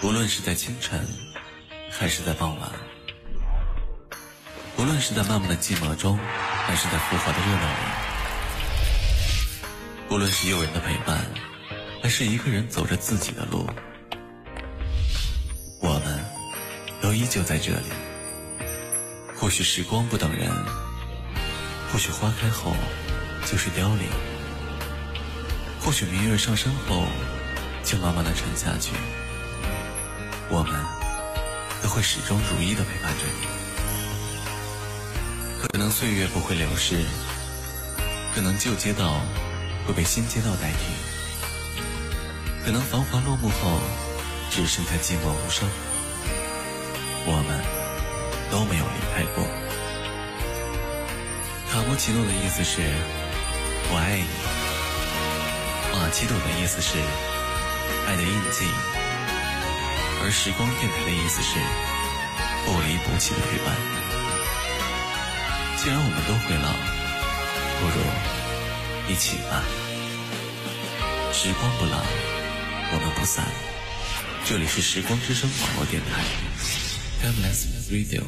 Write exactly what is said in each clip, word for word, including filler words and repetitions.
无论是在清晨还是在傍晚，无论是在漫漫的寂寞中还是在浮华的热闹里，无论是有人的陪伴还是一个人走着自己的路，我们都依旧在这里。或许时光不等人，或许花开后就是凋零，或许明月上升后就慢慢的沉下去，我们都会始终如一的陪伴着你。可能岁月不会流逝，可能旧街道会被新街道代替，可能繁华落幕后只剩下寂寞无声，我们都没有离开过。卡布奇诺的意思是我爱你，马奇朵的意思是爱的印记，而时光电台的意思是不离不弃的陪伴。既然我们都会老，不如一起吧。时光不老，我们不散。这里是时光之声网络电台 Timeless Radio。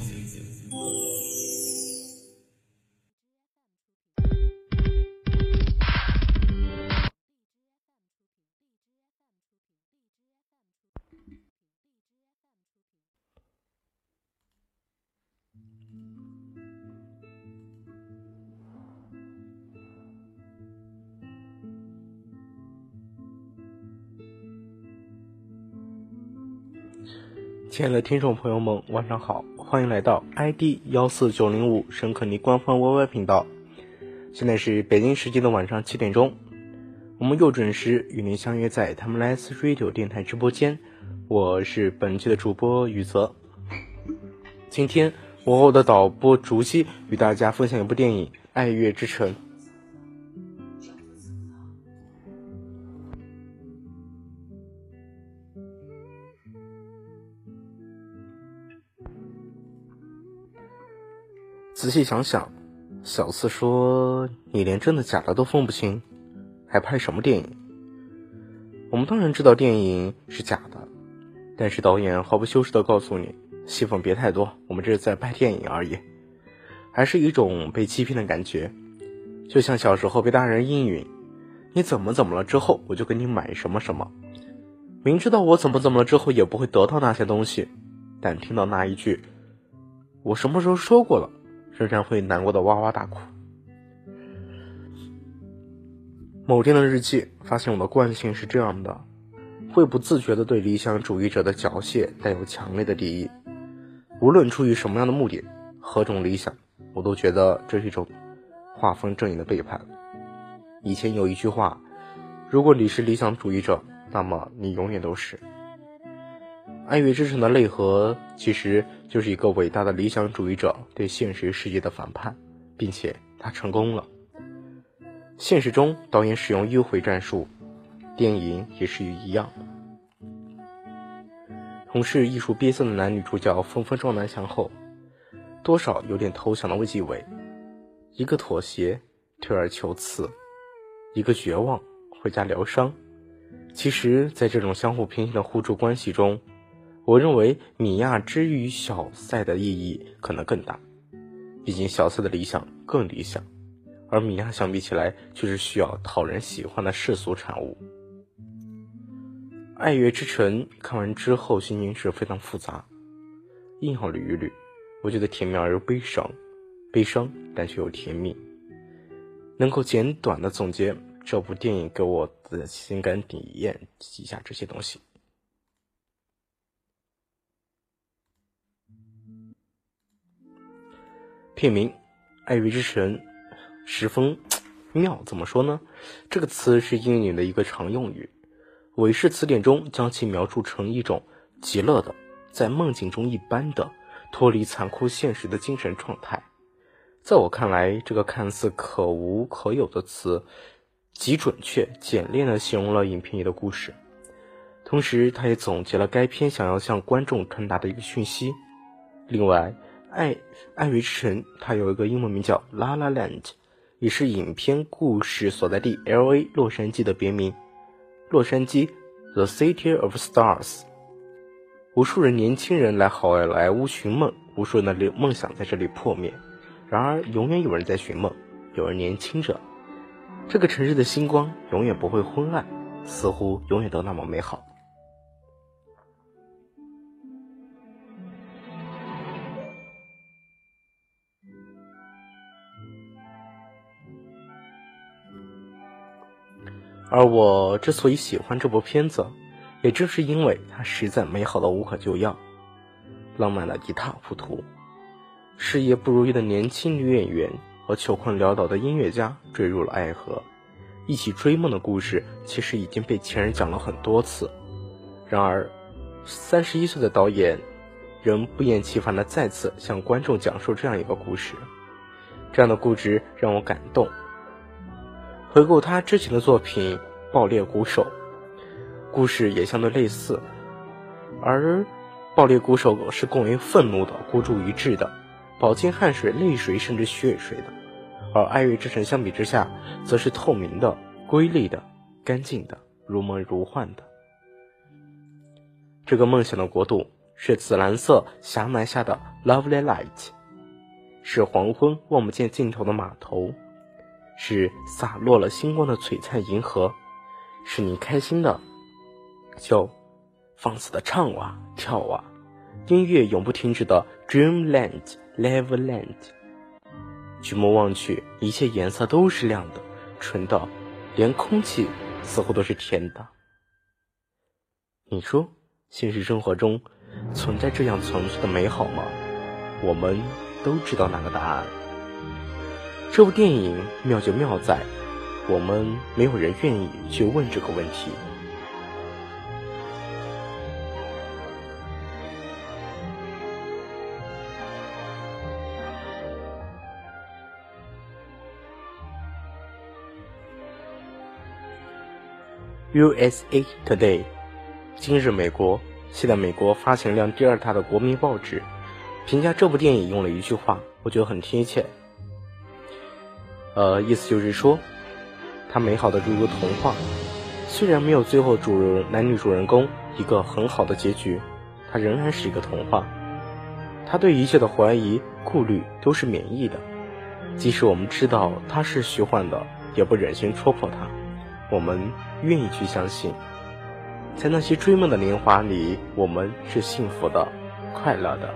亲爱的听众朋友们，晚上好，欢迎来到 I D 一四九零五沈可尼官方 Y Y 频道。现在是北京时间的晚上七点钟，我们又准时与您相约在 Timeless Radio 电台直播间。我是本期的主播宇泽。今天我和我的导播竹溪与大家分享一部电影《爱乐之城》。仔细想想，小四说你连真的假的都分不清，还拍什么电影？我们当然知道电影是假的，但是导演毫不修饰地告诉你，戏份别太多，我们这是在拍电影而已，还是一种被欺骗的感觉。就像小时候被大人应允，你怎么怎么了之后我就给你买什么什么，明知道我怎么怎么了之后也不会得到那些东西，但听到那一句我什么时候说过了，仍然会难过的哇哇大哭。某天的日记发现我的惯性是这样的，会不自觉地对理想主义者的缴械带有强烈的敌意，无论出于什么样的目的，何种理想，我都觉得这是一种划分阵营的背叛。以前有一句话，如果你是理想主义者，那么你永远都是。爱乐之城的内核其实就是一个伟大的理想主义者对现实世界的反叛，并且他成功了。现实中导演使用迂回战术，电影也是一样。同是艺术憋塞的男女主角纷纷撞南墙后，多少有点投降的意味，一个妥协退而求次，一个绝望回家疗伤。其实在这种相互平行的互助关系中，我认为米娅之于小塞的意义可能更大，毕竟小塞的理想更理想，而米娅相比起来就是需要讨人喜欢的世俗产物。爱乐之城看完之后心情是非常复杂，硬要捋一捋，我觉得甜蜜而又悲伤，悲伤但却又甜蜜。能够简短的总结这部电影给我的情感体验以下这些东西。片名《爱乐之城》十分妙，怎么说呢？这个词是英语的一个常用语，韦氏词典中将其描述成一种极乐的，在梦境中一般的脱离残酷现实的精神状态。在我看来，这个看似可无可有的词极准确简练地形容了影片里的故事，同时它也总结了该片想要向观众传达的一个讯息。另外，爱爱乐之城它有一个英文名叫 La La Land， 也是影片故事所在地 L A 洛杉矶的别名，洛杉矶 The City of Stars。 无数人年轻人来好莱坞寻梦，无数人的梦想在这里破灭。然而永远有人在寻梦，有人年轻着。这个城市的星光永远不会昏暗，似乎永远都那么美好。而我之所以喜欢这部片子，也正是因为它实在美好的无可救药，浪漫的一塌糊涂。事业不如意的年轻女演员和穷困潦倒的音乐家坠入了爱河，一起追梦的故事其实已经被前人讲了很多次。然而三十一岁的导演仍不厌其烦地再次向观众讲述这样一个故事，这样的固执让我感动。回顾他之前的作品《爆裂鼓手》，故事也相对类似，而《爆裂鼓手》是更为愤怒的、孤注一掷的，饱经汗水、泪水甚至血水的，而《爱乐之城》相比之下则是透明的、瑰丽的、干净的、如梦如幻的。这个梦想的国度是紫蓝色霞霾下的 Lovely Light， 是黄昏望不见尽头的码头，是洒落了星光的璀璨银河，是你开心的就放肆的唱啊跳啊，音乐永不停止的 Dreamland Neverland。 举目望去，一切颜色都是亮的、纯的，连空气似乎都是甜的。你说现实生活中存在这样纯粹的美好吗？我们都知道那个答案。这部电影妙就妙在我们没有人愿意去问这个问题。U S A Today， 今日美国，现在美国发行量第二大的国民报纸，评价这部电影用了一句话，我觉得很贴切。呃，意思就是说，它美好的如一个童话，虽然没有最后主男女主人公一个很好的结局，它仍然是一个童话。它对一切的怀疑、顾虑都是免疫的，即使我们知道它是虚幻的，也不忍心戳破它。我们愿意去相信，在那些追梦的年华里，我们是幸福的、快乐的。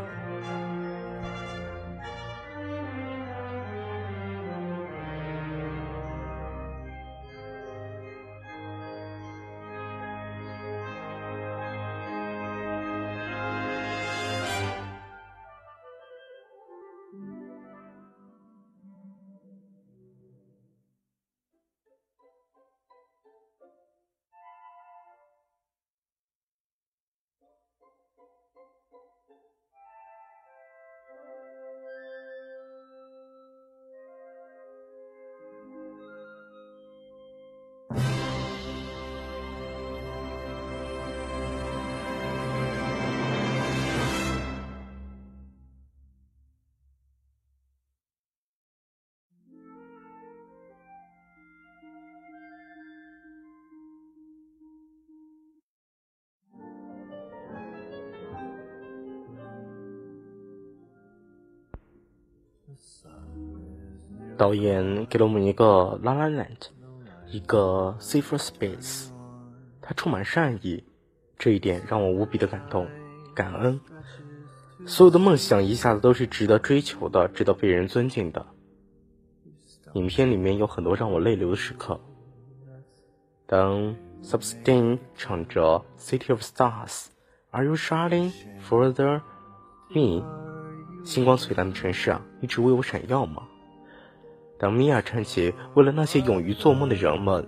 导演给了我们一个 La La Land， 一个 Safer Space， 它充满善意，这一点让我无比的感动、感恩。所有的梦想一下子都是值得追求的，值得被人尊敬的。影片里面有很多让我泪流的时刻，当 Substain 唱着 City of Stars Are you shining further me， 星光璀璨的城市啊，你只为我闪耀吗？当米娅唱起为了那些勇于做梦的人们，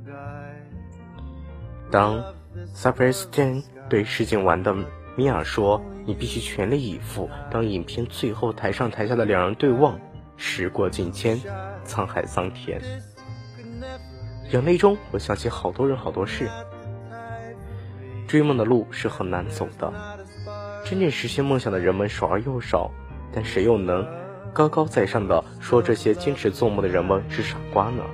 当 Sebastian 对试镜完的米娅说你必须全力以赴，当影片最后台上台下的两人对望，时过境迁，沧海桑田，眼泪中我想起好多人好多事。追梦的路是很难走的，真正实现梦想的人们少而又少，但谁又能高高在上的说这些坚持做梦的人们是傻瓜呢？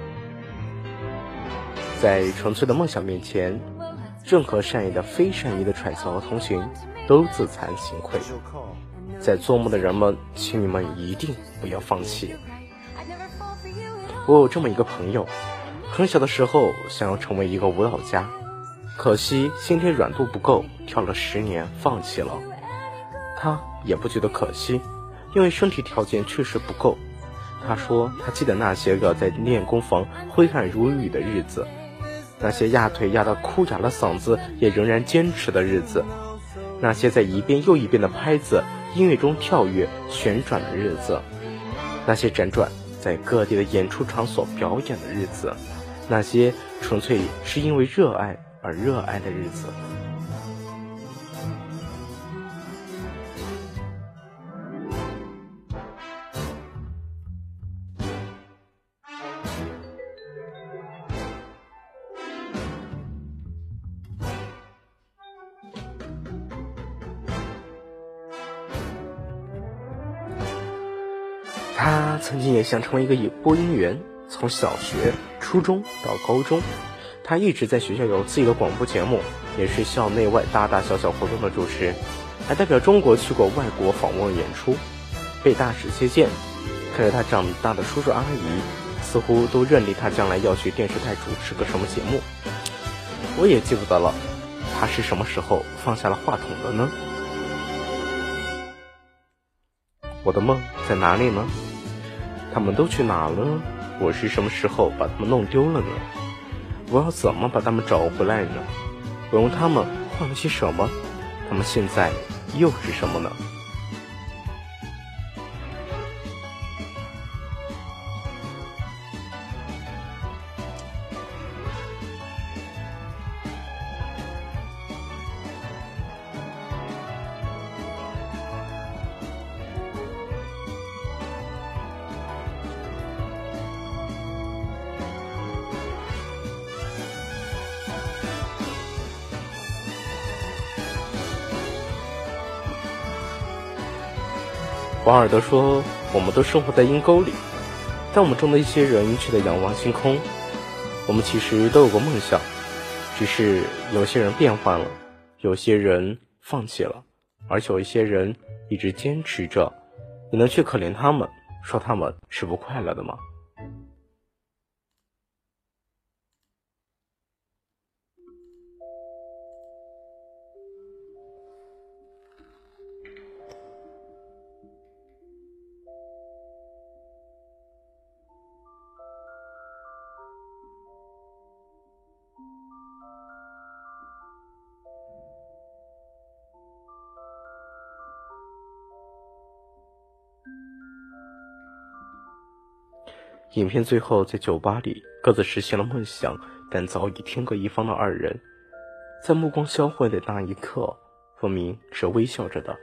在纯粹的梦想面前，任何善意的非善意的揣测和同情都自惭形愧。在做梦的人们，请你们一定不要放弃。我有这么一个朋友，很小的时候想要成为一个舞蹈家，可惜先天软度不够，跳了十年放弃了。他也不觉得可惜，因为身体条件确实不够。他说他记得那些个在练功房挥汗如雨的日子，那些压腿压得哭哑了嗓子也仍然坚持的日子，那些在一遍又一遍的拍子音乐中跳跃旋转的日子，那些辗转在各地的演出场所表演的日子，那些纯粹是因为热爱而热爱的日子。他曾经也想成为一个播音员，从小学、初中到高中，他一直在学校有自己的广播节目，也是校内外大大小小活动的主持，还代表中国去过外国访问演出，被大使接见。看着他长大的叔叔阿姨，似乎都认定他将来要去电视台主持个什么节目。我也记不得了，他是什么时候放下了话筒的呢？我的梦在哪里呢？他们都去哪了？我是什么时候把他们弄丢了呢？我要怎么把他们找回来呢？我用他们换了些什么？他们现在又是什么呢？王尔德说，我们都生活在阴沟里，但我们中的一些人却在仰望星空。我们其实都有过梦想，只是有些人变换了，有些人放弃了，而有一些人一直坚持着。你能去可怜他们，说他们是不快乐的吗？影片最后在酒吧里各自实现了梦想，但早已天各一方的二人，在目光交汇的那一刻，分明是微笑着的。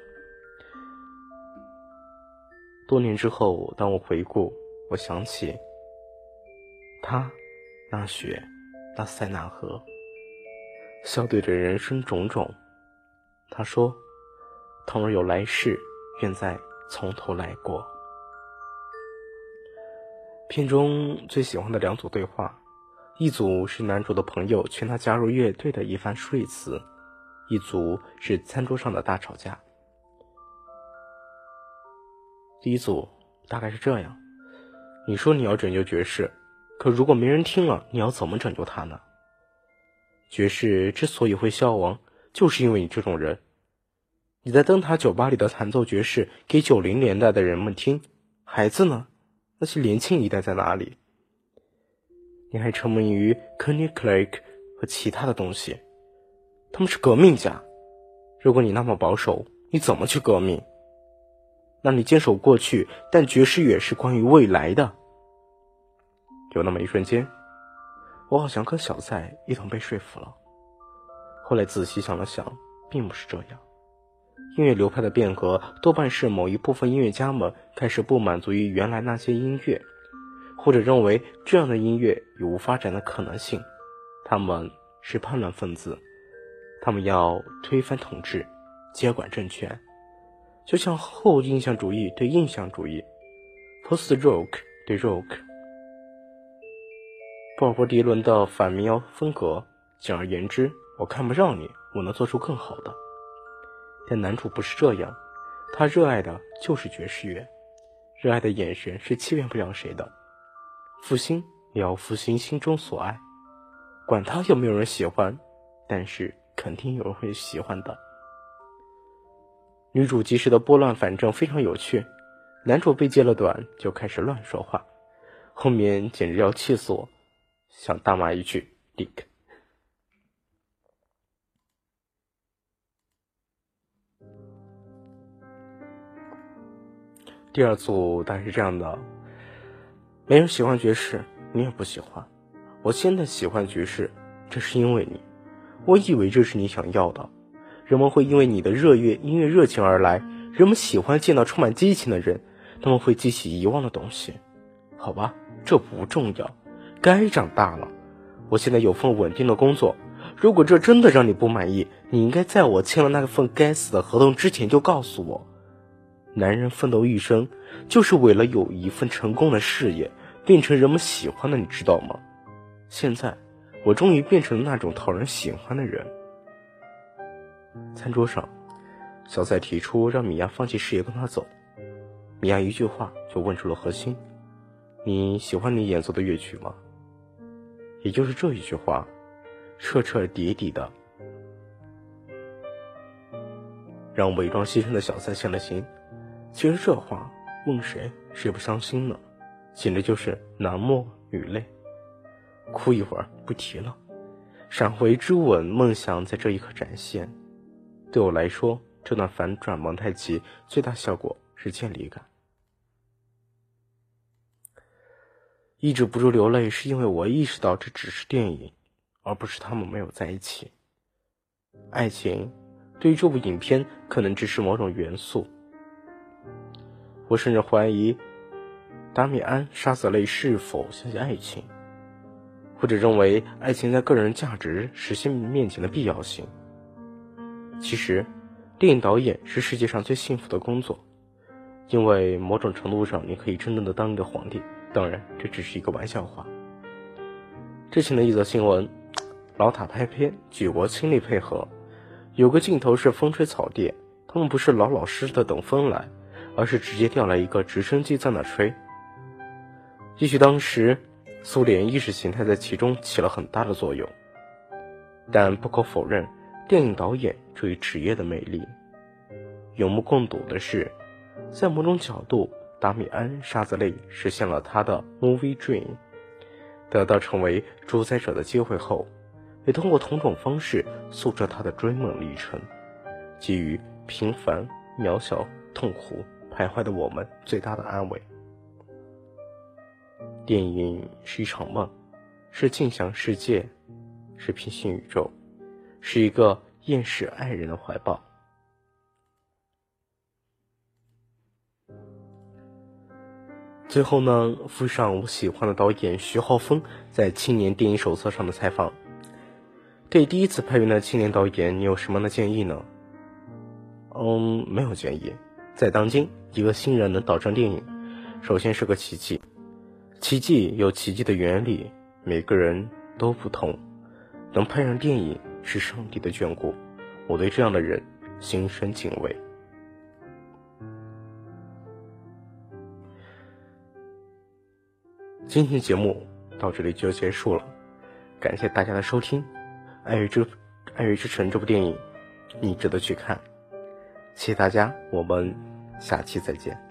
多年之后，当我回顾，我想起他，那雪，那塞纳河，笑对着人生种种。他说，倘若有来世，愿再从头来过。片中最喜欢的两组对话，一组是男主的朋友劝他加入乐队的一番说辞，一组是餐桌上的大吵架。第一组大概是这样，你说你要拯救爵士，可如果没人听了，你要怎么拯救他呢？爵士之所以会消亡，就是因为你这种人。你在灯塔酒吧里的弹奏爵士给九零年代的人们听，孩子呢？那些年轻一代在哪里？你还沉迷于 Kenny Clark 和其他的东西，他们是革命家。如果你那么保守，你怎么去革命？那你坚守过去，但爵士乐是关于未来的。有那么一瞬间，我好像跟小塞一同被说服了。后来仔细想了想，并不是这样。音乐流派的变革多半是某一部分音乐家们开始不满足于原来那些音乐，或者认为这样的音乐有无发展的可能性。他们是叛乱分子，他们要推翻统治，接管政权，就像后印象主义对印象主义， Post-Rock 对 Rock， 鲍勃迪伦的反民谣风格。简而言之，我看不上你，我能做出更好的。 但男主不是这样，他热爱的就是爵士乐，热爱的眼神是欺骗不了谁的。负心也要负心心中所爱，管他有没有人喜欢，但是肯定有人会喜欢的。女主及时的拨乱反正非常有趣，男主被揭了短就开始乱说话，后面简直要气死我，想大骂一句 Dick。 第二组大概是这样的，没人喜欢爵士，你也不喜欢，我现在喜欢爵士，这是因为你，我以为这是你想要的，人们会因为你的热乐音乐热情而来，人们喜欢见到充满激情的人，他们会记起遗忘的东西。好吧，这不重要，该长大了，我现在有份稳定的工作，如果这真的让你不满意，你应该在我签了那份该死的合同之前就告诉我。男人奋斗一生就是为了有一份成功的事业，变成人们喜欢的，你知道吗？现在我终于变成了那种讨人喜欢的人。餐桌上，小赛提出让米娅放弃事业跟他走，米娅一句话就问出了核心，你喜欢你演奏的乐曲吗？也就是这一句话彻彻底底的让伪装牺牲的小赛陷了心。其实这话问谁谁不伤心呢，简直就是男默女泪。哭一会儿不提了，闪回之吻梦想在这一刻展现。对我来说，这段反转蒙太奇最大效果是建立感。抑制不住流泪是因为我意识到这只是电影，而不是他们没有在一起。爱情对于这部影片可能只是某种元素，我甚至怀疑达米安·沙泽雷是否相信爱情，或者认为爱情在个人价值实现面前的必要性。其实电影导演是世界上最幸福的工作，因为某种程度上你可以真正的当一个皇帝，当然这只是一个玩笑话。之前的一则新闻，老塔拍片举国倾力配合，有个镜头是风吹草低，他们不是老老实实的等风来，而是直接调来一个直升机在那吹。也许当时苏联意识形态在其中起了很大的作用，但不可否认电影导演这一职业的魅力。有目共睹的是，在某种角度，达米安·沙泽雷实现了他的 movie dream， 得到成为主宰者的机会后，也通过同种方式诉说他的追梦历程，给予平凡、渺小、痛苦、徘徊的我们最大的安慰。电影是一场梦，是镜像世界，是平行宇宙，是一个厌世爱人的怀抱。最后呢，附上我喜欢的导演徐浩峰在青年电影手册上的采访。对第一次拍片的青年导演，你有什么样的建议呢？嗯，没有建议。在当今，一个新人能导上电影，首先是个奇迹。奇迹有奇迹的原理，每个人都不同。能拍上电影是上帝的眷顾，我对这样的人心生敬畏。今天节目到这里就结束了，感谢大家的收听。爱乐之爱乐之城这部电影你值得去看，谢谢大家，我们下期再见。